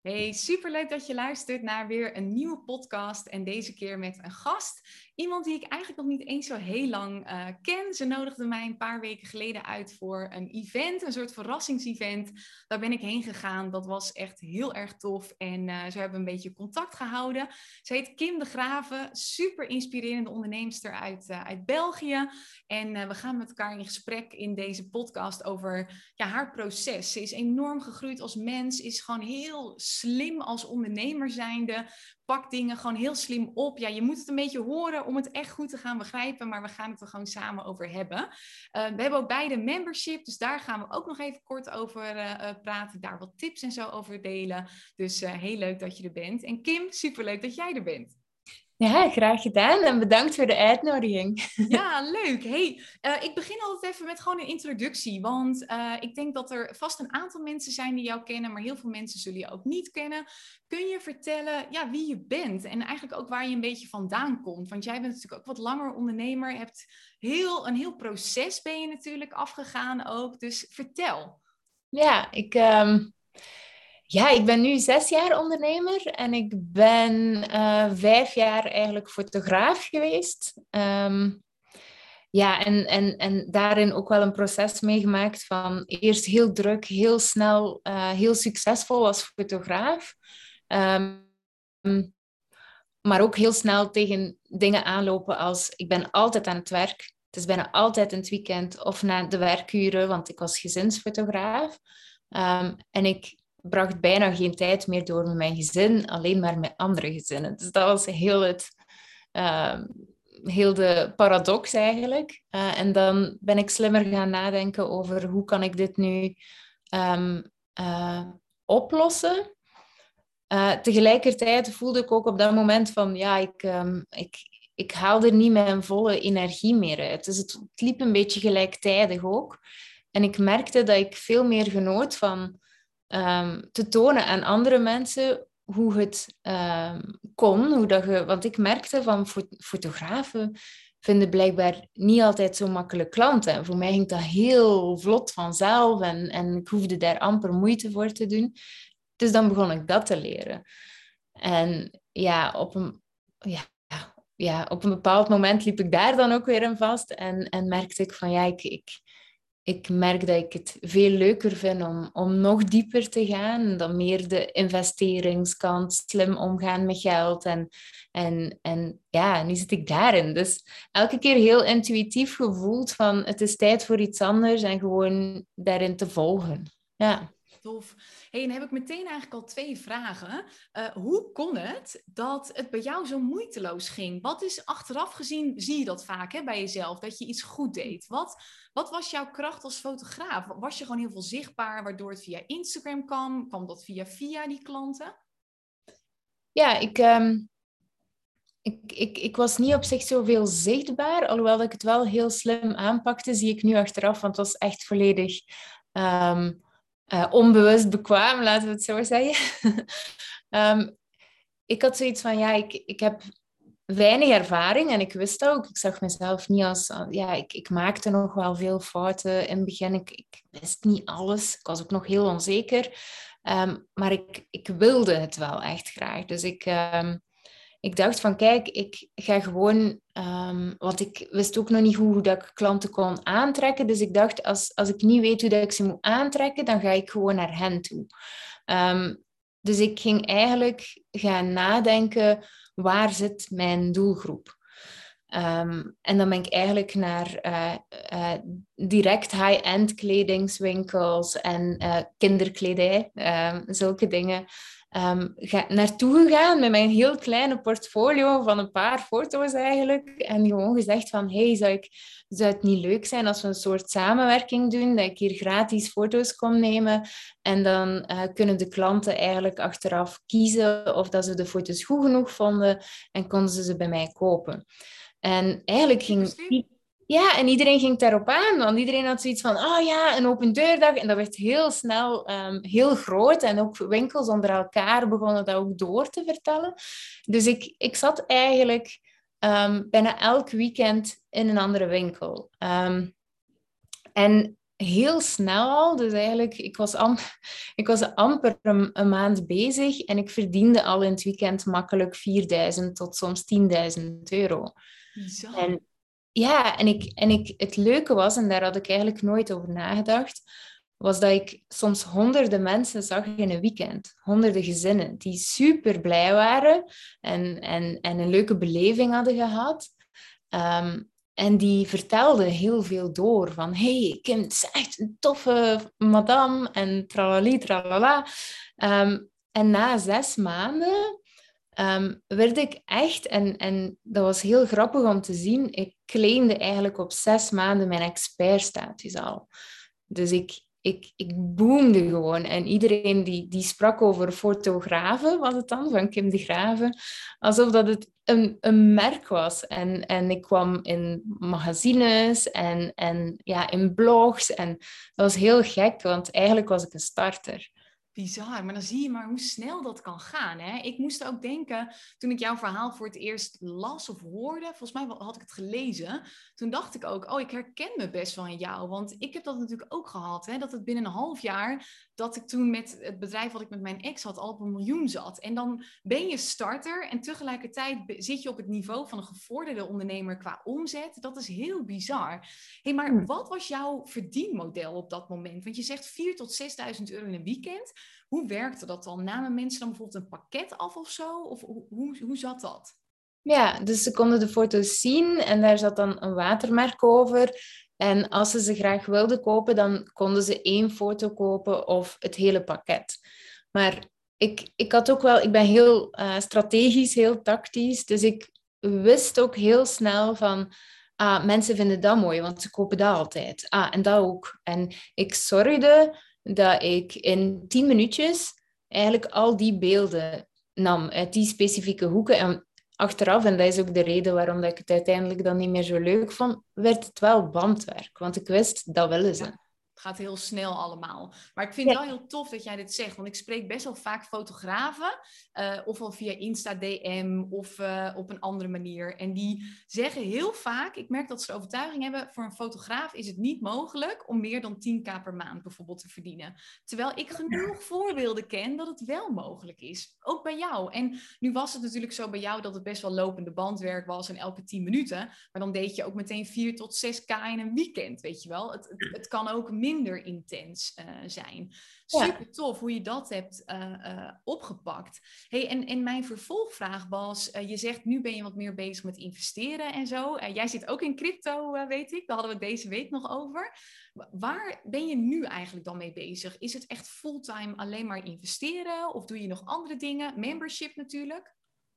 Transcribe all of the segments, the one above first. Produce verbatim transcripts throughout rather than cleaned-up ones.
Hey, superleuk dat je luistert naar weer een nieuwe podcast en deze keer met een gast. Iemand die ik eigenlijk nog niet eens zo heel lang uh, ken. Ze nodigde mij een paar weken geleden uit voor een event, een soort verrassingsevent. Daar ben ik heen gegaan. Dat was echt heel erg tof en uh, zo hebben we een beetje contact gehouden. Ze heet Kim de Graven, super inspirerende onderneemster uit, uh, uit België. En uh, we gaan met elkaar in gesprek in deze podcast over ja, haar proces. Ze is enorm gegroeid als mens, is gewoon heel slim als ondernemer zijnde, pak dingen gewoon heel slim op. Ja, je moet het een beetje horen om het echt goed te gaan begrijpen, maar we gaan het er gewoon samen over hebben. Uh, we hebben ook beide membership, dus daar gaan we ook nog even kort over uh, praten, daar wat tips en zo over delen. Dus uh, heel leuk dat je er bent. En Kim, superleuk dat jij er bent. Ja, graag gedaan en bedankt voor de uitnodiging. Ja, leuk. Hey, uh, ik begin altijd even met gewoon een introductie. Want uh, ik denk dat er vast een aantal mensen zijn die jou kennen, maar heel veel mensen zullen je ook niet kennen. Kun je vertellen ja, wie je bent en eigenlijk ook waar je een beetje vandaan komt? Want jij bent natuurlijk ook wat langer ondernemer. Je hebt heel, een heel proces ben je natuurlijk afgegaan ook. Dus vertel. Ja, ik, um, ja, ik ben nu zes jaar ondernemer en ik ben uh, vijf jaar eigenlijk fotograaf geweest. Um, ja, en, en, en daarin ook wel een proces meegemaakt van eerst heel druk, heel snel, uh, heel succesvol als fotograaf. Um, maar ook heel snel tegen dingen aanlopen als ik ben altijd aan het werk. Het is bijna altijd in het weekend of na de werkuren, want ik was gezinsfotograaf. Um, en ik bracht bijna geen tijd meer door met mijn gezin, alleen maar met andere gezinnen. Dus dat was heel, het, um, heel de paradox eigenlijk. Uh, en dan ben ik slimmer gaan nadenken over hoe kan ik dit nu um, uh, oplossen. Uh, tegelijkertijd voelde ik ook op dat moment van, ja, ik, um, ik, ik haal er niet mijn volle energie meer uit. Dus het, het liep een beetje gelijktijdig ook. En ik merkte dat ik veel meer genoot van um, te tonen aan andere mensen hoe het um, kon. Hoe dat je, want ik merkte van fo- fotografen vinden blijkbaar niet altijd zo makkelijk klanten. En voor mij ging dat heel vlot vanzelf en, en ik hoefde daar amper moeite voor te doen. Dus dan begon ik dat te leren. En ja, op een, ja, ja, op een bepaald moment liep ik daar dan ook weer in vast. En, en merkte ik van ja, ik, ik, ik merk dat ik het veel leuker vind om, om nog dieper te gaan. Dan meer de investeringskant, slim omgaan met geld. En, en, en ja, nu zit ik daarin. Dus elke keer heel intuïtief gevoeld van het is tijd voor iets anders en gewoon daarin te volgen. Ja. Tof. Hey, en dan heb ik meteen eigenlijk al twee vragen. Uh, hoe kon het dat het bij jou zo moeiteloos ging? Wat is achteraf gezien, zie je dat vaak hè, bij jezelf, dat je iets goed deed? Wat, wat was jouw kracht als fotograaf? Was je gewoon heel veel zichtbaar, waardoor het via Instagram kwam? Kwam dat via via die klanten? Ja, ik, um, ik, ik, ik was niet op zich zoveel zichtbaar, alhoewel ik het wel heel slim aanpakte, zie ik nu achteraf, want het was echt volledig um, uh, onbewust bekwaam, laten we het zo zeggen. um, ik had zoiets van, ja, ik, ik heb weinig ervaring en ik wist dat ook. Ik zag mezelf niet als... Ja, ik, ik maakte nog wel veel fouten in het begin. Ik, ik wist niet alles. Ik was ook nog heel onzeker. Um, maar ik, ik wilde het wel echt graag. Dus ik... Um, ik dacht van, kijk, ik ga gewoon... Um, want ik wist ook nog niet hoe, hoe dat ik klanten kon aantrekken. Dus ik dacht, als, als ik niet weet hoe dat ik ze moet aantrekken, dan ga ik gewoon naar hen toe. Um, dus ik ging eigenlijk gaan nadenken, waar zit mijn doelgroep? Um, en dan ben ik eigenlijk naar uh, uh, direct high-end kledingswinkels en uh, kinderkledij, um, zulke dingen, um, ga, naartoe gegaan met mijn heel kleine portfolio van een paar foto's eigenlijk. En gewoon gezegd van, hey, zou, ik, zou het niet leuk zijn als we een soort samenwerking doen, dat ik hier gratis foto's kon nemen en dan uh, kunnen de klanten eigenlijk achteraf kiezen of dat ze de foto's goed genoeg vonden en konden ze ze bij mij kopen. En eigenlijk ging... Ja, en iedereen ging daarop aan, want iedereen had zoiets van, oh ja, een open deurdag. En dat werd heel snel um, heel groot. En ook winkels onder elkaar begonnen dat ook door te vertellen. Dus ik, ik zat eigenlijk um, bijna elk weekend in een andere winkel. Um, en heel snel al. Dus eigenlijk, ik was, am ik was amper een, een maand bezig en ik verdiende al in het weekend makkelijk vierduizend tot soms tienduizend euro. Bizar. En ja, en, ik, en ik, het leuke was, en daar had ik eigenlijk nooit over nagedacht, was dat ik soms honderden mensen zag in een weekend. Honderden gezinnen die super blij waren en, en, en een leuke beleving hadden gehad. Ehm, en die vertelde heel veel door. Van, hey, Kim, het is echt een toffe madame. En tralali, tralala. Ehm, en na zes maanden ehm, werd ik echt... En, en dat was heel grappig om te zien. Ik claimde eigenlijk op zes maanden mijn expertstatus al. Dus ik, ik, ik boomde gewoon. En iedereen die, die sprak over fotografen, was het dan, van Kim de Graven. Alsof dat het een, een merk was. En, en ik kwam in magazines en, en ja, in blogs. En dat was heel gek, want eigenlijk was ik een starter. Bizar, maar dan zie je maar hoe snel dat kan gaan. Hè? Ik moest ook denken, toen ik jouw verhaal voor het eerst las of hoorde, volgens mij had ik het gelezen, toen dacht ik ook, oh, ik herken me best wel in jou. Want ik heb dat natuurlijk ook gehad, hè? Dat het binnen een half jaar, dat ik toen met het bedrijf wat ik met mijn ex had, al op een miljoen zat. En dan ben je starter en tegelijkertijd zit je op het niveau van een gevorderde ondernemer qua omzet. Dat is heel bizar. Hey, maar Hm. wat was jouw verdienmodel op dat moment? Want je zegt vierduizend tot zesduizend euro in een weekend. Hoe werkte dat dan? Namen mensen dan bijvoorbeeld een pakket af of zo? Of hoe, hoe, hoe zat dat? Ja, dus ze konden de foto's zien en daar zat dan een watermerk over. En als ze ze graag wilden kopen, dan konden ze één foto kopen of het hele pakket. Maar ik, ik had ook wel, ik ben heel uh, strategisch, heel tactisch. Dus ik wist ook heel snel van, ah, mensen vinden dat mooi, want ze kopen dat altijd. Ah, en dat ook. En ik zorgde dat ik in tien minuutjes eigenlijk al die beelden nam uit die specifieke hoeken. En achteraf, en dat is ook de reden waarom dat ik het uiteindelijk dan niet meer zo leuk vond, werd het wel bandwerk. Want ik wist, dat willen Ja, ze. het gaat heel snel allemaal. Maar ik vind het Ja. wel heel tof dat jij dit zegt. Want ik spreek best wel vaak fotografen. Uh, ofwel via Insta D M of uh, op een andere manier. En die zeggen heel vaak, ik merk dat ze de overtuiging hebben, voor een fotograaf is het niet mogelijk om meer dan tien k per maand bijvoorbeeld te verdienen. Terwijl ik genoeg voorbeelden ken dat het wel mogelijk is. Ook bij jou. En nu was het natuurlijk zo bij jou dat het best wel lopende bandwerk was en elke tien minuten. Maar dan deed je ook meteen vier tot zes k in een weekend, weet je wel. Het, het, het kan ook minder intens uh, zijn. Ja. Super tof hoe je dat hebt uh, uh, opgepakt. Hey, en, en mijn vervolgvraag was, uh, je zegt nu ben je wat meer bezig met investeren en zo. Uh, jij zit ook in crypto, uh, weet ik. Daar hadden we het deze week nog over. Waar ben je nu eigenlijk dan mee bezig? Is het echt fulltime alleen maar investeren? Of doe je nog andere dingen? Membership natuurlijk.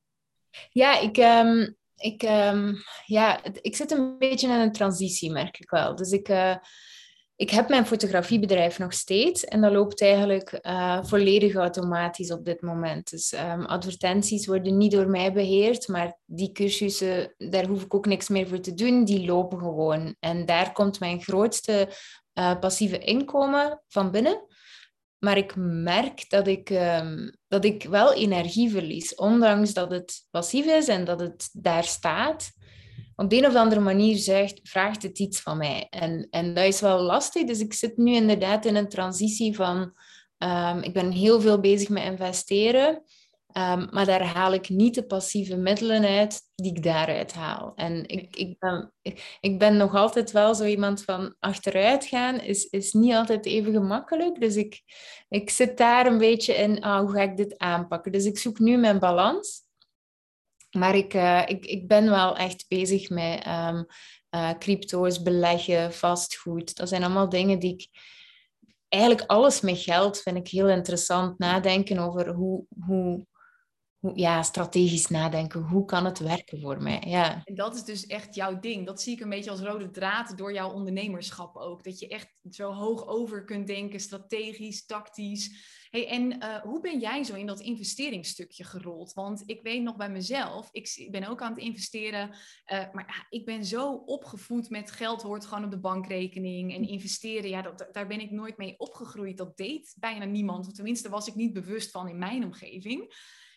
Ja, ik, um, ik, um, ja, ik zit een beetje in een transitie, merk ik wel. Dus ik, uh, ik heb mijn fotografiebedrijf nog steeds en dat loopt eigenlijk uh, volledig automatisch op dit moment. Dus um, advertenties worden niet door mij beheerd, maar die cursussen, daar hoef ik ook niks meer voor te doen, die lopen gewoon. En daar komt mijn grootste uh, passieve inkomen van binnen. Maar ik merk dat ik, um, dat ik wel energie verlies, ondanks dat het passief is en dat het daar staat. Op de een of andere manier zegt, vraagt het iets van mij. En, en dat is wel lastig. Dus ik zit nu inderdaad in een transitie van... Um, ik ben heel veel bezig met investeren. Um, maar daar haal ik niet de passieve middelen uit die ik daaruit haal. En ik, ik, ben, ik, ik ben nog altijd wel zo iemand van achteruit gaan is, is niet altijd even gemakkelijk. Dus ik, ik zit daar een beetje in, ah, hoe ga ik dit aanpakken? Dus ik zoek nu mijn balans. Maar ik, uh, ik, ik ben wel echt bezig met um, uh, crypto's, beleggen, vastgoed. Dat zijn allemaal dingen die ik... Eigenlijk alles met geld vind ik heel interessant. Nadenken over hoe... hoe hoe, ja, strategisch nadenken. Hoe kan het werken voor mij? Ja. En dat is dus echt jouw ding. Dat zie ik een beetje als rode draad door jouw ondernemerschap ook. Dat je echt zo hoog over kunt denken, strategisch, tactisch. Hey, en uh, hoe ben jij zo in dat investeringsstukje gerold? Want ik weet nog bij mezelf, ik ben ook aan het investeren. Uh, maar ja, ik ben zo opgevoed met geld hoort gewoon op de bankrekening. En investeren, ja, dat, daar ben ik nooit mee opgegroeid. Dat deed bijna niemand. Of tenminste was ik niet bewust van in mijn omgeving.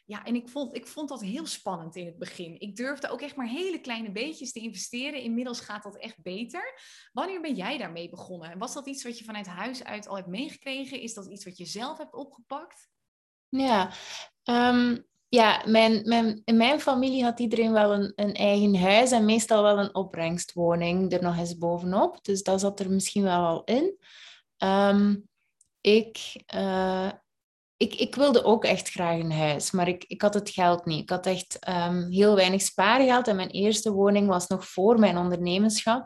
Ja, en ik vond, ik vond dat heel spannend in het begin. Ik durfde ook echt maar hele kleine beetjes te investeren. Inmiddels gaat dat echt beter. Wanneer ben jij daarmee begonnen? Was dat iets wat je vanuit huis uit al hebt meegekregen? Is dat iets wat je zelf hebt opgepakt? Ja, ehm, ja mijn, mijn, in mijn familie had iedereen wel een, een eigen huis en meestal wel een opbrengstwoning er nog eens bovenop. Dus dat zat er misschien wel al in. Ehm, ik, eh, ik, ik wilde ook echt graag een huis, maar ik, ik had het geld niet. Ik had echt ehm, heel weinig spaargeld en mijn eerste woning was nog voor mijn ondernemerschap.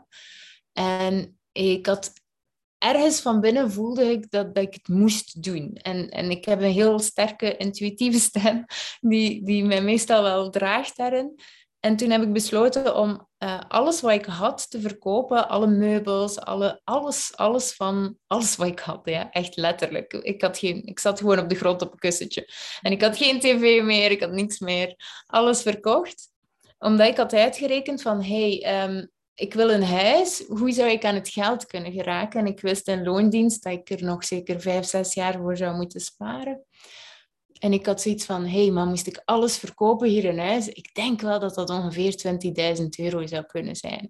En ik had ergens van binnen voelde ik dat, dat ik het moest doen. En, en ik heb een heel sterke intuïtieve stem die, die mij meestal wel draagt daarin. En toen heb ik besloten om uh, alles wat ik had te verkopen, alle meubels, alle, alles, alles van alles wat ik had. Ja, echt letterlijk. Ik, had geen, ik zat gewoon op de grond op een kussentje. En ik had geen tv meer, ik had niks meer. Alles verkocht. Omdat ik had uitgerekend van, hey, um, ik wil een huis. Hoe zou ik aan het geld kunnen geraken? En ik wist in loondienst dat ik er nog zeker vijf, zes jaar voor zou moeten sparen. En ik had zoiets van, hé, hey, maar moest ik alles verkopen hier in huis? Ik denk wel dat dat ongeveer twintigduizend euro zou kunnen zijn.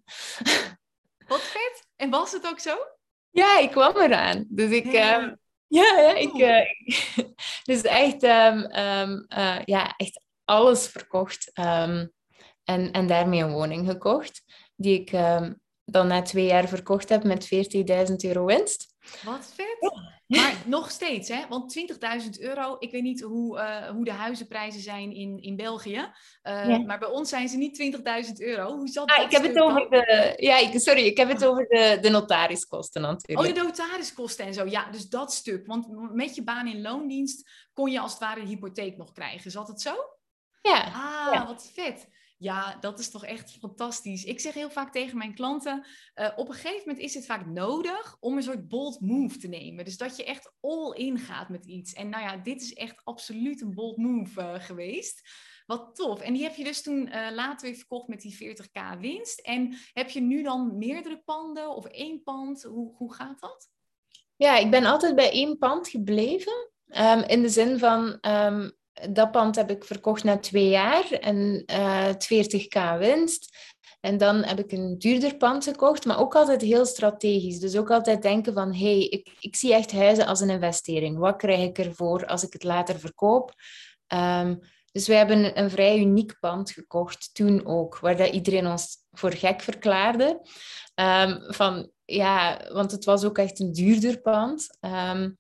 Wat vet! En was het ook zo? Ja, ik kwam eraan. Dus ik... Nee. Uh, ja, ja, ik... Uh, dus echt, um, um, uh, ja, echt alles verkocht. Um, en, en daarmee een woning gekocht. Die ik um, dan na twee jaar verkocht heb met veertigduizend euro winst. Wat vet! Maar nog steeds, hè? Want twintigduizend euro, ik weet niet hoe, uh, hoe de huizenprijzen zijn in, in België. Uh, ja. Maar bij ons zijn ze niet twintigduizend euro. Hoe zat ah, dat ik heb het over dan? de, ja, ik, sorry, ik heb het over de, de notariskosten natuurlijk. Oh, de notariskosten en zo. Ja, dus dat stuk. Want met je baan in loondienst kon je als het ware de hypotheek nog krijgen. Zat het zo? Ja. Ah, ja. wat vet. Ja, dat is toch echt fantastisch. Ik zeg heel vaak tegen mijn klanten, uh, op een gegeven moment is het vaak nodig om een soort bold move te nemen. Dus dat je echt all in gaat met iets. En nou ja, dit is echt absoluut een bold move uh, geweest. Wat tof. En die heb je dus toen uh, later weer verkocht met die veertig k winst. En heb je nu dan meerdere panden of één pand? Hoe, hoe gaat dat? Ja, ik ben altijd bij één pand gebleven. Um, in de zin van... Um, dat pand heb ik verkocht na twee jaar en uh, veertig k winst. En dan heb ik een duurder pand gekocht, maar ook altijd heel strategisch. Dus ook altijd denken van, hé, hey, ik, ik zie echt huizen als een investering. Wat krijg ik ervoor als ik het later verkoop? Um, dus wij hebben een vrij uniek pand gekocht, toen ook, waar dat iedereen ons voor gek verklaarde. Um, van, ja, want het was ook echt een duurder pand. Um,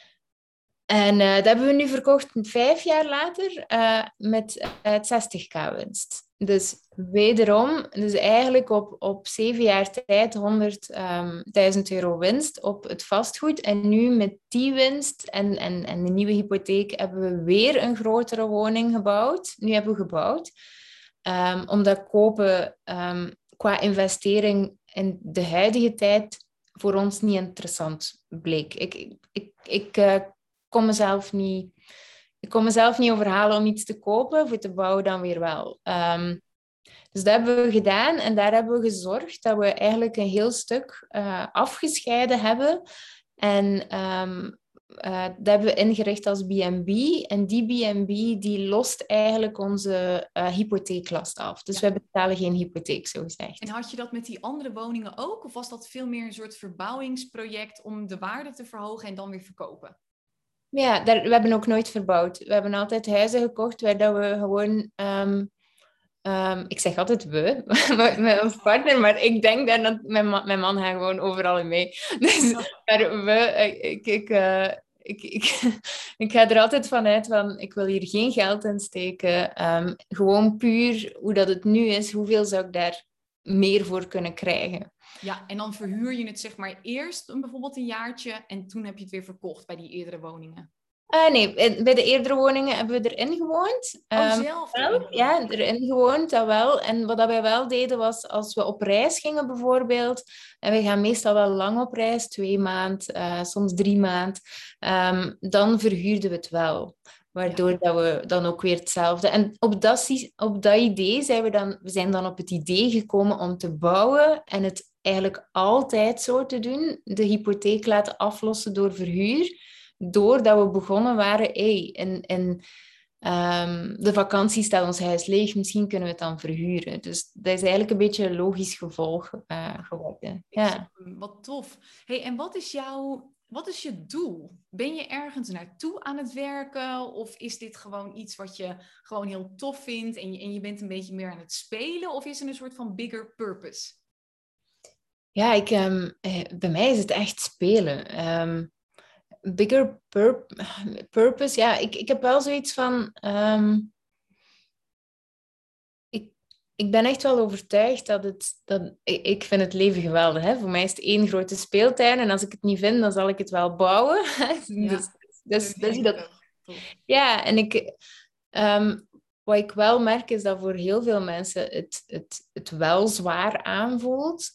En uh, dat hebben we nu verkocht vijf jaar later uh, met uh, zestig k winst. Dus wederom, dus eigenlijk op, op zeven jaar tijd honderdduizend um, euro winst op het vastgoed. En nu met die winst en, en, en de nieuwe hypotheek hebben we weer een grotere woning gebouwd. Nu hebben we gebouwd. Um, omdat kopen um, qua investering in de huidige tijd voor ons niet interessant bleek. Ik, ik, ik, ik uh, kon mezelf niet, ik kon mezelf niet overhalen om iets te kopen, voor te bouwen dan weer wel. Um, dus dat hebben we gedaan en daar hebben we gezorgd dat we eigenlijk een heel stuk uh, afgescheiden hebben. En um, uh, dat hebben we ingericht als B en B. En die B en B die lost eigenlijk onze uh, hypotheeklast af. Dus ja. We betalen geen hypotheek, zo gezegd. En had je dat met die andere woningen ook? Of was dat veel meer een soort verbouwingsproject om de waarde te verhogen en dan weer verkopen? Ja, daar, we hebben ook nooit verbouwd. We hebben altijd huizen gekocht waar dat we gewoon... Um, um, ik zeg altijd we, met ons partner, maar ik denk dat dat mijn, man, mijn man gaat gewoon overal in mee. Dus maar we, ik, ik, uh, ik, ik, ik ga er altijd vanuit van, ik wil hier geen geld in steken. Um, gewoon puur hoe dat het nu is, hoeveel zou ik daar meer voor kunnen krijgen. Ja, en dan verhuur je het zeg maar eerst een, bijvoorbeeld een jaartje en toen heb je het weer verkocht bij die eerdere woningen. Uh, nee, bij de eerdere woningen hebben we erin gewoond. Oh, um, zelf? Wel, ja, erin gewoond, dat wel. En wat wij wel deden was, als we op reis gingen bijvoorbeeld, en we gaan meestal wel lang op reis, twee maanden, uh, soms drie maanden, um, dan verhuurden we het wel. Waardoor ja. dat we dan ook weer hetzelfde... En op dat, op dat idee zijn we dan... We zijn dan op het idee gekomen om te bouwen en het eigenlijk altijd zo te doen. De hypotheek laten aflossen door verhuur. Doordat we begonnen waren, hey, in, in, Um, de vakantie staat ons huis leeg, misschien kunnen we het dan verhuren. Dus dat is eigenlijk een beetje een logisch gevolg uh, geworden. Ja. Wat tof. Hey, en wat is jouw, wat is je doel? Ben je ergens naartoe aan het werken? Of is dit gewoon iets wat je gewoon heel tof vindt en je, en je bent een beetje meer aan het spelen? Of is er een soort van bigger purpose? Ja, ik, um, bij mij is het echt spelen. Um, bigger pur- purpose, ja, ik, ik heb wel zoiets van... Um, ik, ik ben echt wel overtuigd dat het... Dat, ik, ik vind het leven geweldig. Hè? Voor mij is het één grote speeltuin. En als ik het niet vind, dan zal ik het wel bouwen. Ja, dus, dus, dus dat, dat... ja, en ik... Um, wat ik wel merk, is dat voor heel veel mensen het, het, het wel zwaar aanvoelt.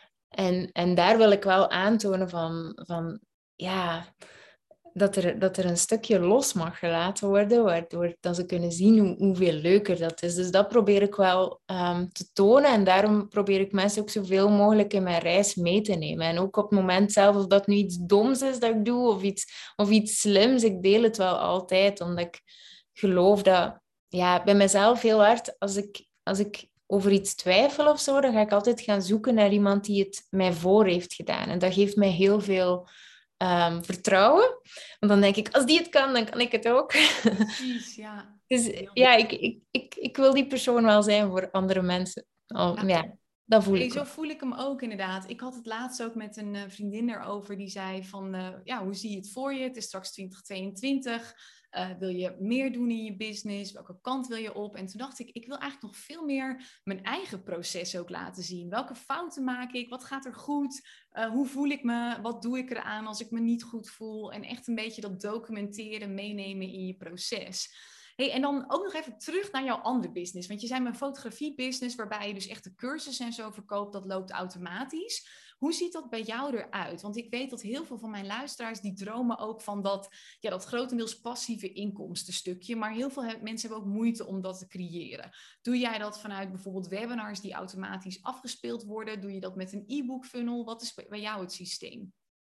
En, en daar wil ik wel aantonen van... van ja... Dat er, dat er een stukje los mag gelaten worden, waardoor dat ze kunnen zien hoe, hoeveel leuker dat is. Dus dat probeer ik wel um, te tonen en daarom probeer ik mensen ook zoveel mogelijk in mijn reis mee te nemen. En ook op het moment zelf, of dat nu iets doms is dat ik doe, of iets, of iets slims, ik deel het wel altijd, omdat ik geloof dat, ja, bij mezelf heel hard, als ik, als ik over iets twijfel of zo, dan ga ik altijd gaan zoeken naar iemand die het mij voor heeft gedaan. En dat geeft mij heel veel... Um, vertrouwen. Want dan denk ik, als die het kan, dan kan ik het ook. Precies, ja. Dus ja, ik, ik, ik, ik wil die persoon wel zijn voor andere mensen. Oh, ja. ja, dat voel nee, ik zo wel. voel ik hem ook inderdaad. Ik had het laatst ook met een uh, vriendin erover die zei van, uh, ja, hoe zie je het voor je? Het is straks twintig tweeëntwintig. Uh, wil je meer doen in je business? Welke kant wil je op? En toen dacht ik, ik wil eigenlijk nog veel meer mijn eigen proces ook laten zien. Welke fouten maak ik? Wat gaat er goed? Uh, hoe voel ik me? Wat doe ik eraan als ik me niet goed voel? En echt een beetje dat documenteren, meenemen in je proces. Hey, en dan ook nog even terug naar jouw andere business. Want je zei mijn fotografie-business, waarbij je dus echt de cursussen en zo verkoopt, dat loopt automatisch. Hoe ziet dat bij jou eruit? Want ik weet dat heel veel van mijn luisteraars, die dromen ook van dat, ja, dat grotendeels passieve inkomstenstukje. Maar heel veel mensen hebben ook moeite om dat te creëren. Doe jij dat vanuit bijvoorbeeld webinars die automatisch afgespeeld worden? Doe je dat met een e-book funnel? Wat is bij jou het systeem?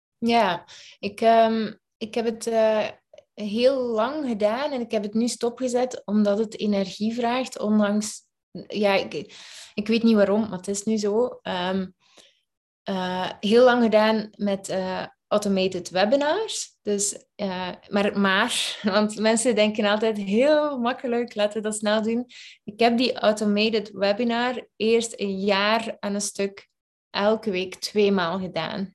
Ja, ik, um, ik heb het... Uh... heel lang gedaan en ik heb het nu stopgezet omdat het energie vraagt, ondanks... Ja, ik, ik weet niet waarom, maar het is nu zo. Um, uh, heel lang gedaan met uh, automated webinars. Dus, uh, maar, maar, want mensen denken altijd heel makkelijk, laten we dat snel doen. Ik heb die automated webinar eerst een jaar aan een stuk elke week tweemaal gedaan.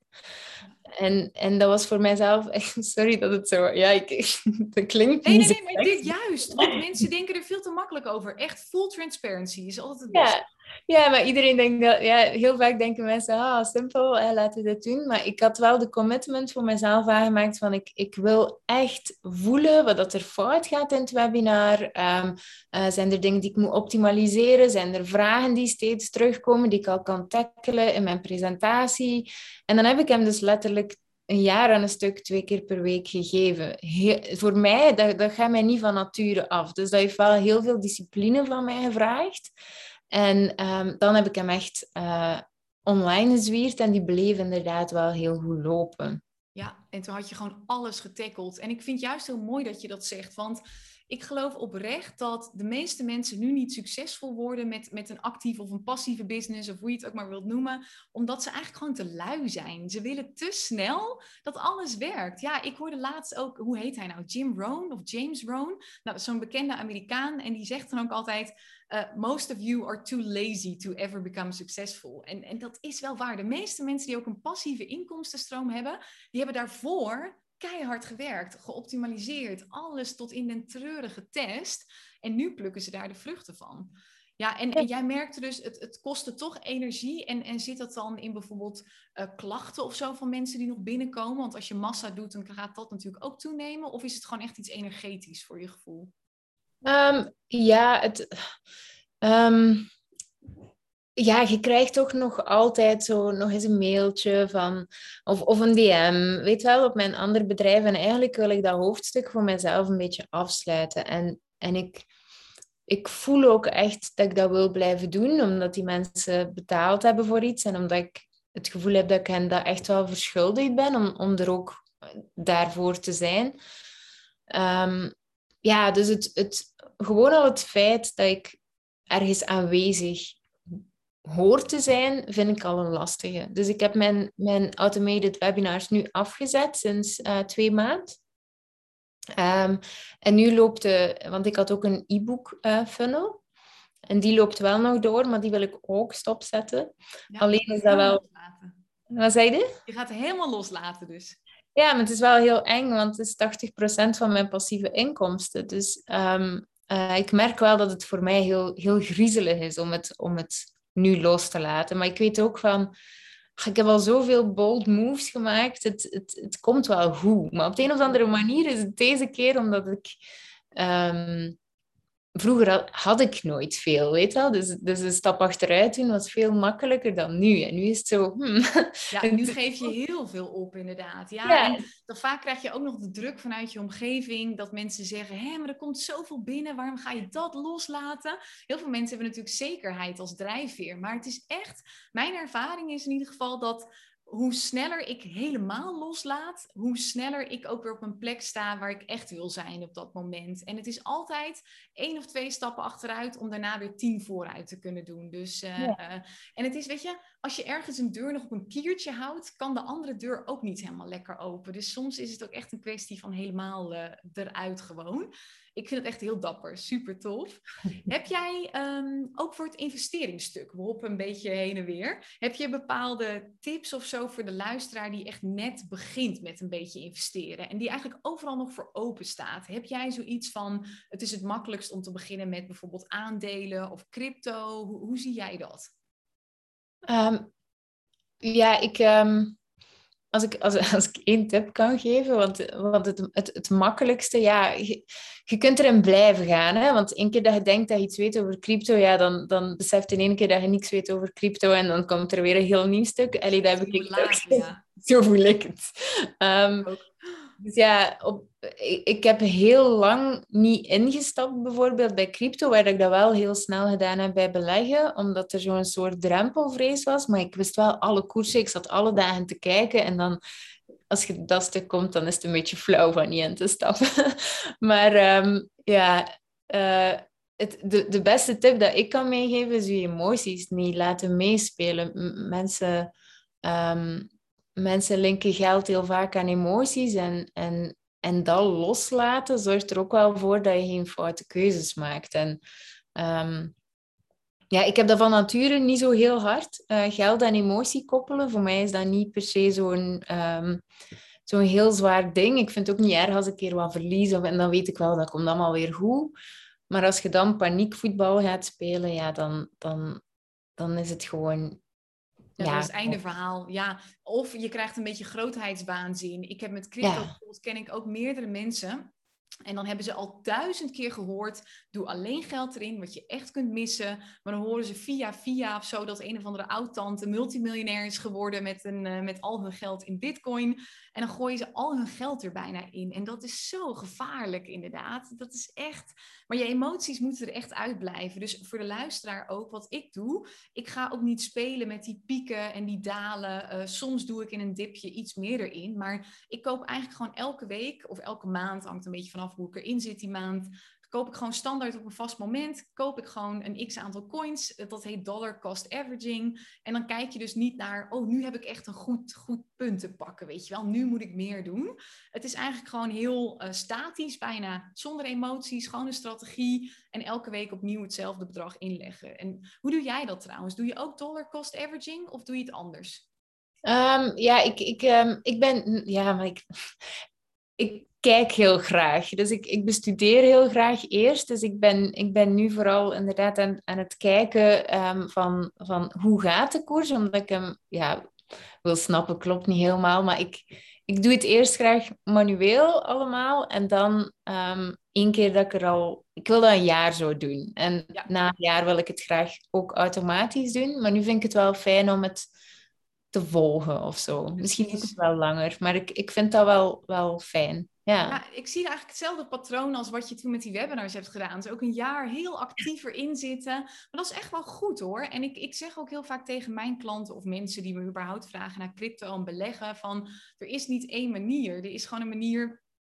En, en dat was voor mijzelf echt... Sorry dat het zo... Ja, ik, dat klinkt nee, niet nee, zo nee, maar dit juist. Want mensen denken er veel te makkelijk over. Echt full transparency is altijd het beste. Ja, ja, maar iedereen denkt dat... Ja, heel vaak denken mensen, ah, simpel, hè, laten we dit doen. Maar ik had wel de commitment voor mezelf aangemaakt van ik, ik wil echt voelen wat dat er fout gaat in het webinar. Um, uh, zijn er dingen die ik moet optimaliseren? Zijn er vragen die steeds terugkomen, die ik al kan tackelen in mijn presentatie? En dan heb ik hem dus letterlijk een jaar aan een stuk twee keer per week gegeven. Heel, voor mij, dat, dat gaat mij niet van nature af. Dus dat heeft wel heel veel discipline van mij gevraagd. En um, dan heb ik hem echt uh, online gezwierd en die bleef inderdaad wel heel goed lopen. Ja, en toen had je gewoon alles getackeld. En ik vind juist heel mooi dat je dat zegt, want ik geloof oprecht dat de meeste mensen nu niet succesvol worden met, met een actieve of een passieve business, of hoe je het ook maar wilt noemen, omdat ze eigenlijk gewoon te lui zijn. Ze willen te snel dat alles werkt. Ja, ik hoorde laatst ook, hoe heet hij nou? Jim Rohn of James Rohn? Nou, zo'n bekende Amerikaan. En die zegt dan ook altijd, uh, most of you are too lazy to ever become successful. En, en dat is wel waar. De meeste mensen die ook een passieve inkomstenstroom hebben, die hebben daarvoor keihard gewerkt, geoptimaliseerd, alles tot in den treuren getest. En nu plukken ze daar de vruchten van. Ja, en, en jij merkte dus, het, het kostte toch energie. En, en zit dat dan in bijvoorbeeld uh, klachten of zo van mensen die nog binnenkomen? Want als je massa doet, dan gaat dat natuurlijk ook toenemen. Of is het gewoon echt iets energetisch voor je gevoel? Um, ja, het... Um... Ja, je krijgt toch nog altijd zo nog eens een mailtje van, of, of een D M, weet wel, op mijn andere bedrijf. En eigenlijk wil ik dat hoofdstuk voor mezelf een beetje afsluiten. En, en ik, ik voel ook echt dat ik dat wil blijven doen, omdat die mensen betaald hebben voor iets. En omdat ik het gevoel heb dat ik hen dat echt wel verschuldigd ben, om, om er ook daarvoor te zijn. Um, ja, dus het, het, gewoon al het feit dat ik ergens aanwezig hoor te zijn, vind ik al een lastige. Dus ik heb mijn, mijn automated webinars nu afgezet sinds uh, twee maanden. Um, en nu loopt de... Want ik had ook een e-book uh, funnel. En die loopt wel nog door, maar die wil ik ook stopzetten. Ja, Alleen is dat wel... Loslaten. Wat zei je? Je gaat helemaal loslaten dus. Ja, maar het is wel heel eng, want het is tachtig procent van mijn passieve inkomsten. Dus um, uh, ik merk wel dat het voor mij heel, heel griezelig is om het, om het nu los te laten. Maar ik weet ook van... Ik heb al zoveel bold moves gemaakt. Het, het, het komt wel goed. Maar op de een of andere manier is het deze keer omdat ik... Um, vroeger had, had ik nooit veel, weet je wel. Dus, dus een stap achteruit doen was veel makkelijker dan nu. En nu is het zo... Hmm. Ja, nu geef je heel veel op, inderdaad. Ja, Ja. En dan vaak krijg je ook nog de druk vanuit je omgeving... dat mensen zeggen, hé, maar er komt zoveel binnen... waarom ga je dat loslaten? Heel veel mensen hebben natuurlijk zekerheid als drijfveer. Maar het is echt... Mijn ervaring is in ieder geval dat... hoe sneller ik helemaal loslaat, hoe sneller ik ook weer op een plek sta waar ik echt wil zijn op dat moment. En het is altijd één of twee stappen achteruit om daarna weer tien vooruit te kunnen doen. Dus, uh, ja. uh, en het is, weet je, als je ergens een deur nog op een kiertje houdt, kan de andere deur ook niet helemaal lekker open. Dus soms is het ook echt een kwestie van helemaal uh, eruit gewoon. Ik vind het echt heel dapper, super tof. Heb jij um, ook voor het investeringsstuk, we hoppen een beetje heen en weer, heb je bepaalde tips of zo voor de luisteraar die echt net begint met een beetje investeren en die eigenlijk overal nog voor open staat? Heb jij zoiets van, het is het makkelijkst om te beginnen met bijvoorbeeld aandelen of crypto? Hoe, hoe zie jij dat? Um, ja, ik... Um... Als ik, als, als ik één tip kan geven, want, want het, het, het makkelijkste, ja, je, je kunt erin blijven gaan. Hè? Want één keer dat je denkt dat je iets weet over crypto, ja, dan, dan beseft je in één keer dat je niks weet over crypto en dan komt er weer een heel nieuw stuk. Allee, dat heb ik laten, ja. Zo voel ik het. Um, dus ja, op, ik, ik heb heel lang niet ingestapt bijvoorbeeld bij crypto, waar ik dat wel heel snel gedaan heb bij beleggen, omdat er zo'n soort drempelvrees was. Maar ik wist wel alle koersen, ik zat alle dagen te kijken en dan, als je dat stuk komt, dan is het een beetje flauw van niet in te stappen. Maar um, ja, uh, het, de, de beste tip dat ik kan meegeven is je emoties niet laten meespelen. M- mensen... Um, Mensen linken geld heel vaak aan emoties en, en, en dat loslaten zorgt er ook wel voor dat je geen foute keuzes maakt. En um, ja, ik heb dat van nature niet zo heel hard. Uh, geld en emotie koppelen, voor mij is dat niet per se zo'n, um, zo'n heel zwaar ding. Ik vind het ook niet erg als ik een keer wat verlies of, en dan weet ik wel, dat komt allemaal weer goed. Maar als je dan paniekvoetbal gaat spelen, ja, dan, dan, dan is het gewoon... Ja, dat is het einde verhaal. Ja, of je krijgt een beetje grootheidswaanzin. Ik heb met crypto, ja. ken ik ook meerdere mensen. En dan hebben ze al duizend keer gehoord, doe alleen geld erin, wat je echt kunt missen. Maar dan horen ze via via of zo dat een of andere oud-tante multimiljonair is geworden met, een, uh, met al hun geld in bitcoin. En dan gooien ze al hun geld er bijna in. En dat is zo gevaarlijk inderdaad. Dat is echt... Maar je emoties moeten er echt uitblijven. Dus voor de luisteraar ook, wat ik doe, ik ga ook niet spelen met die pieken en die dalen. Uh, soms doe ik in een dipje iets meer erin. Maar ik koop eigenlijk gewoon elke week of elke maand, hangt een beetje vanaf hoe ik erin zit die maand, koop ik gewoon standaard op een vast moment, koop ik gewoon een x-aantal coins, dat heet dollar cost averaging, en dan kijk je dus niet naar, oh, nu heb ik echt een goed, goed punt te pakken, weet je wel, nu moet ik meer doen. Het is eigenlijk gewoon heel uh, statisch, bijna zonder emoties, gewoon een strategie, en elke week opnieuw hetzelfde bedrag inleggen. En hoe doe jij dat trouwens? Doe je ook dollar cost averaging, of doe je het anders? Um, ja, ik, ik, um, ik ben... Ja, maar ik... ik kijk heel graag. Dus ik, ik bestudeer heel graag eerst. Dus ik ben, ik ben nu vooral inderdaad aan, aan het kijken um, van, van hoe gaat de koers. Omdat ik hem ja, wil snappen, klopt niet helemaal. Maar ik, ik doe het eerst graag manueel allemaal. En dan um, één keer dat ik er al... Ik wil dat een jaar zo doen. En ja. na een jaar wil ik het graag ook automatisch doen. Maar nu vind ik het wel fijn om het te volgen of zo. Misschien is het wel langer. Maar ik, ik vind dat wel, wel fijn. Ja. Ja, ik zie eigenlijk hetzelfde patroon als wat je toen met die webinars hebt gedaan. Dus ook een jaar heel actief erin zitten. Maar dat is echt wel goed hoor. En ik, ik zeg ook heel vaak tegen mijn klanten of mensen die me überhaupt vragen naar crypto en beleggen van, er is niet één manier. Er is gewoon een manier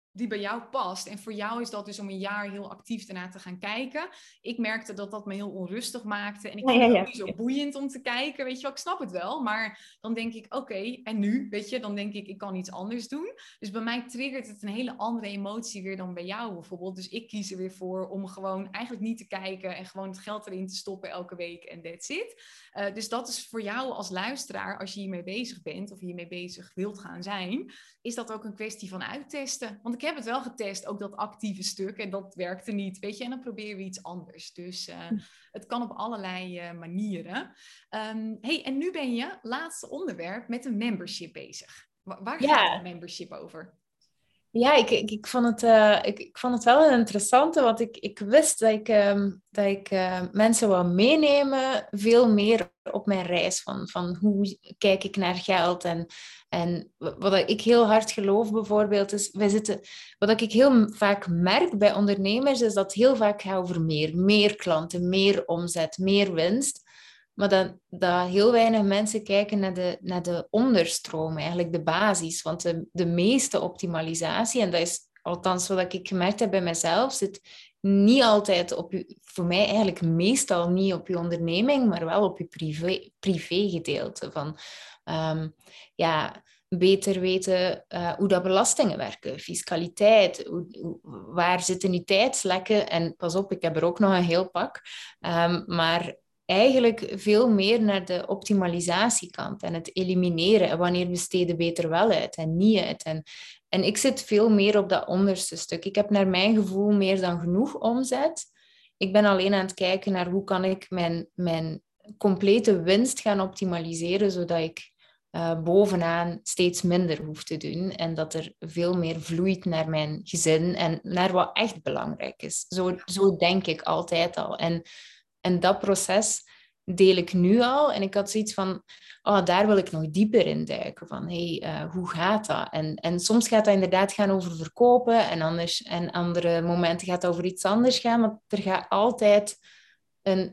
die bij jou past. En voor jou is dat dus om een jaar heel actief erna te gaan kijken. Ik merkte dat dat me heel onrustig maakte. En ik Ja, vind ja, het ja. ook niet zo boeiend om te kijken. Weet je wel, ik snap het wel. Maar dan denk ik, oké, okay, en nu? Weet je, dan denk ik, ik kan iets anders doen. Dus bij mij triggert het een hele andere emotie weer dan bij jou bijvoorbeeld. Dus ik kies er weer voor om gewoon eigenlijk niet te kijken en gewoon het geld erin te stoppen elke week en that's it. Uh, dus dat is voor jou als luisteraar, als je hiermee bezig bent of hiermee bezig wilt gaan zijn, is dat ook een kwestie van uittesten. Want ik heb het wel getest, ook dat actieve stuk, en dat werkte niet, weet je. En dan proberen we iets anders. Dus uh, het kan op allerlei uh, manieren. Um, hey, en nu ben je, laatste onderwerp, met een membership bezig. Waar, waar Ja. gaat het membership over? Ja, ik, ik, ik, vond het, uh, ik, ik vond het wel een interessante, want ik, ik wist dat ik, um, dat ik uh, mensen wou meenemen, veel meer op mijn reis van, van hoe kijk ik naar geld. En, en wat ik heel hard geloof bijvoorbeeld is, wij zitten, wat ik heel vaak merk bij ondernemers, is dat het heel vaak gaat over meer. Meer klanten, meer omzet, meer winst. Maar dat, dat heel weinig mensen kijken naar de, naar de onderstroom, eigenlijk de basis. Want de, de meeste optimalisatie, en dat is althans wat ik gemerkt heb bij mezelf, zit niet altijd op je, voor mij eigenlijk meestal niet op je onderneming, maar wel op je privé, privégedeelte. Van, um, ja, beter weten uh, hoe dat belastingen werken, fiscaliteit, hoe, hoe, waar zitten die tijdslekken. En pas op, ik heb er ook nog een heel pak. Um, maar eigenlijk veel meer naar de optimalisatiekant en het elimineren. En wanneer besteden beter wel uit en niet uit. En, en ik zit veel meer op dat onderste stuk. Ik heb naar mijn gevoel meer dan genoeg omzet. Ik ben alleen aan het kijken naar hoe kan ik mijn, mijn complete winst gaan optimaliseren, zodat ik uh, bovenaan steeds minder hoef te doen. En dat er veel meer vloeit naar mijn gezin en naar wat echt belangrijk is. Zo, zo denk ik altijd al. En En dat proces deel ik nu al. En ik had zoiets van, oh, daar wil ik nog dieper in duiken. Van, hey, uh, hoe gaat dat? En, en soms gaat dat inderdaad gaan over verkopen. En, anders, en andere momenten gaat het over iets anders gaan. Maar er gaat altijd een...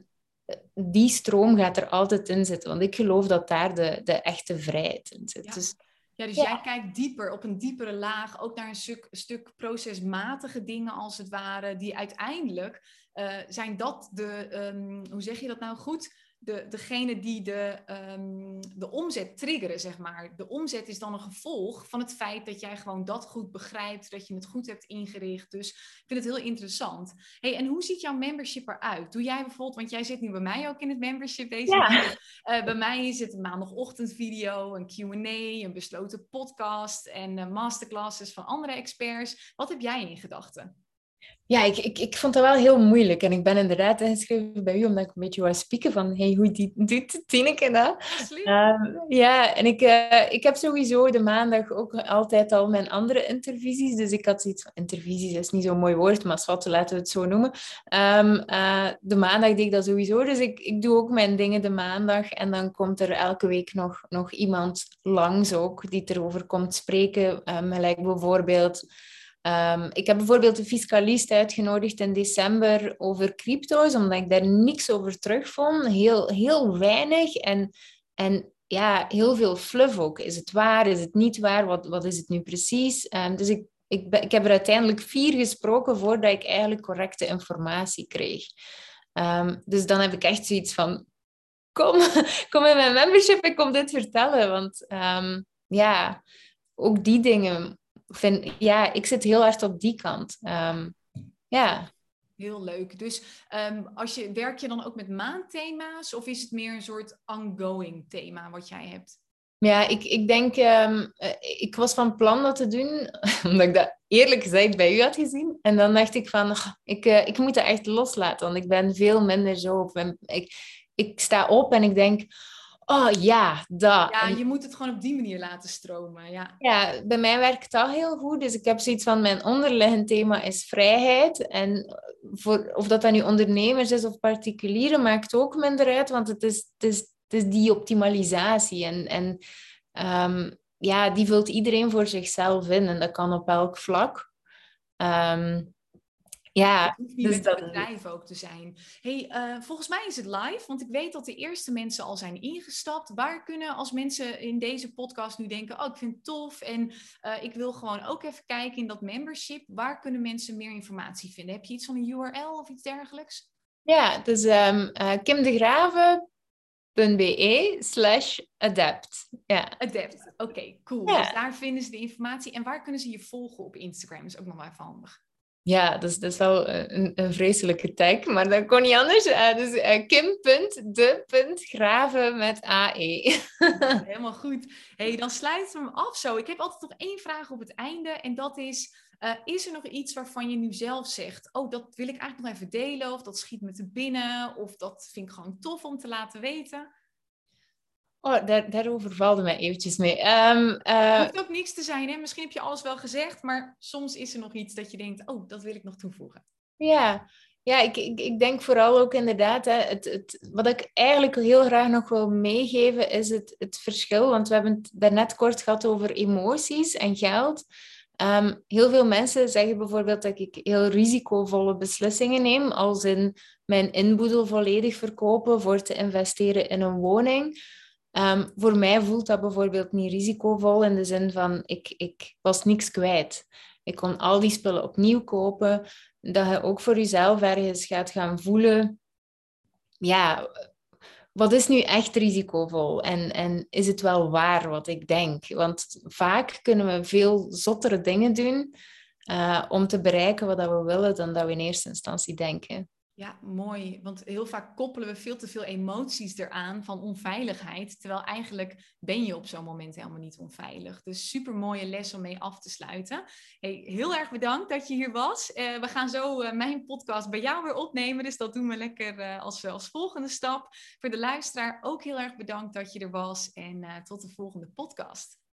Die stroom gaat er altijd in zitten. Want ik geloof dat daar de, de echte vrijheid in zit. Ja. Dus, Ja, dus ja. jij kijkt dieper, op een diepere laag, ook naar een stuk, stuk procesmatige dingen als het ware, die uiteindelijk uh, zijn dat de, um, hoe zeg je dat nou goed? De, degene die de, um, de omzet triggeren, zeg maar. De omzet is dan een gevolg van het feit dat jij gewoon dat goed begrijpt, dat je het goed hebt ingericht. Dus ik vind het heel interessant. Hey, en hoe ziet jouw membership eruit? Doe jij bijvoorbeeld, want jij zit nu bij mij ook in het membership deze Ja. week. Uh, bij mij is het een maandagochtendvideo, een Q en A, een besloten podcast en uh, masterclasses van andere experts. Wat heb jij in gedachten? Ja, ik, ik, ik vond dat wel heel moeilijk. En ik ben inderdaad ingeschreven bij u, omdat ik een beetje wou spieken van, hey, hoe die, doet Tineke dat? Um, ja, en ik, uh, ik heb sowieso de maandag ook altijd al mijn andere intervisies. Dus ik had zoiets van, intervisies is niet zo'n mooi woord, maar wat, laten we het zo noemen. Um, uh, de maandag deed ik dat sowieso. Dus ik, ik doe ook mijn dingen de maandag. En dan komt er elke week nog, nog iemand langs ook, die erover komt spreken. Um, gelijk bijvoorbeeld... Um, ik heb bijvoorbeeld een fiscalist uitgenodigd in december over crypto's, omdat ik daar niks over terugvond. Heel, heel weinig en, en ja, heel veel fluff ook. Is het waar? Is het niet waar? Wat, wat is het nu precies? Um, dus ik, ik, ik heb er uiteindelijk vier gesproken voordat ik eigenlijk correcte informatie kreeg. Um, dus dan heb ik echt zoiets van, kom, kom in mijn membership, ik kom dit vertellen. Want um, ja, ook die dingen... Vind, ja, ik zit heel hard op die kant. Um, ja. Heel leuk. Dus um, als je, werk je dan ook met maandthema's of is het meer een soort ongoing thema wat jij hebt? Ja, ik, ik denk... Um, ik was van plan dat te doen, omdat ik dat eerlijk gezegd bij u had gezien. En dan dacht ik van, oh, ik, uh, ik moet dat echt loslaten, want ik ben veel minder zo op. Ik, ik sta op en ik denk... Oh ja, dat. Ja, je moet het gewoon op die manier laten stromen, ja. Ja, bij mij werkt dat heel goed. Dus ik heb zoiets van, mijn onderliggend thema is vrijheid. En voor, of dat dan nu ondernemers is of particulieren, maakt ook minder uit. Want het is, het is, het is die optimalisatie. En, en um, ja, die vult iedereen voor zichzelf in. En dat kan op elk vlak. Um, Ja, Het hoeft niet dus met een dat... bedrijf ook te zijn. Hey, uh, volgens mij is het live, want ik weet dat de eerste mensen al zijn ingestapt. Waar kunnen, als mensen in deze podcast nu denken, oh, ik vind het tof en uh, ik wil gewoon ook even kijken in dat membership. Waar kunnen mensen meer informatie vinden? Heb je iets van een U R L of iets dergelijks? Ja, dus um, uh, kimdegrave.be slash adapt. Ja. Adapt, oké, okay, cool. Ja. Dus daar vinden ze de informatie. En waar kunnen ze je volgen op Instagram? Dat is ook nog wel even handig. Ja, dus dat is wel een, een vreselijke tag, maar dat kon niet anders. Uh, dus uh, kim.de.graven met A E. Helemaal goed. Hey, dan sluiten we hem af zo. Ik heb altijd nog één vraag op het einde. En dat is, uh, is er nog iets waarvan je nu zelf zegt, oh, dat wil ik eigenlijk nog even delen. Of dat schiet me te binnen. Of dat vind ik gewoon tof om te laten weten. Oh, daar, daar overvalde mij eventjes mee. Um, uh... Het hoeft ook niks te zijn, hè? Misschien heb je alles wel gezegd, maar soms is er nog iets dat je denkt, oh, dat wil ik nog toevoegen. Ja, ja ik, ik, ik denk vooral ook inderdaad, hè, het, het, wat ik eigenlijk heel graag nog wil meegeven, is het, het verschil. Want we hebben het daarnet kort gehad over emoties en geld. Um, heel veel mensen zeggen bijvoorbeeld dat ik heel risicovolle beslissingen neem, als in mijn inboedel volledig verkopen voor te investeren in een woning. Um, voor mij voelt dat bijvoorbeeld niet risicovol in de zin van, ik, ik was niks kwijt. Ik kon al die spullen opnieuw kopen. Dat je ook voor jezelf ergens gaat gaan voelen, ja, wat is nu echt risicovol? En, en is het wel waar wat ik denk? Want vaak kunnen we veel zottere dingen doen uh, om te bereiken wat we willen dan dat we in eerste instantie denken. Ja, mooi. Want heel vaak koppelen we veel te veel emoties eraan van onveiligheid. Terwijl eigenlijk ben je op zo'n moment helemaal niet onveilig. Dus super mooie les om mee af te sluiten. Hey, heel erg bedankt dat je hier was. Uh, we gaan zo uh, mijn podcast bij jou weer opnemen. Dus dat doen we lekker uh, als, als volgende stap. Voor de luisteraar ook heel erg bedankt dat je er was. En uh, tot de volgende podcast.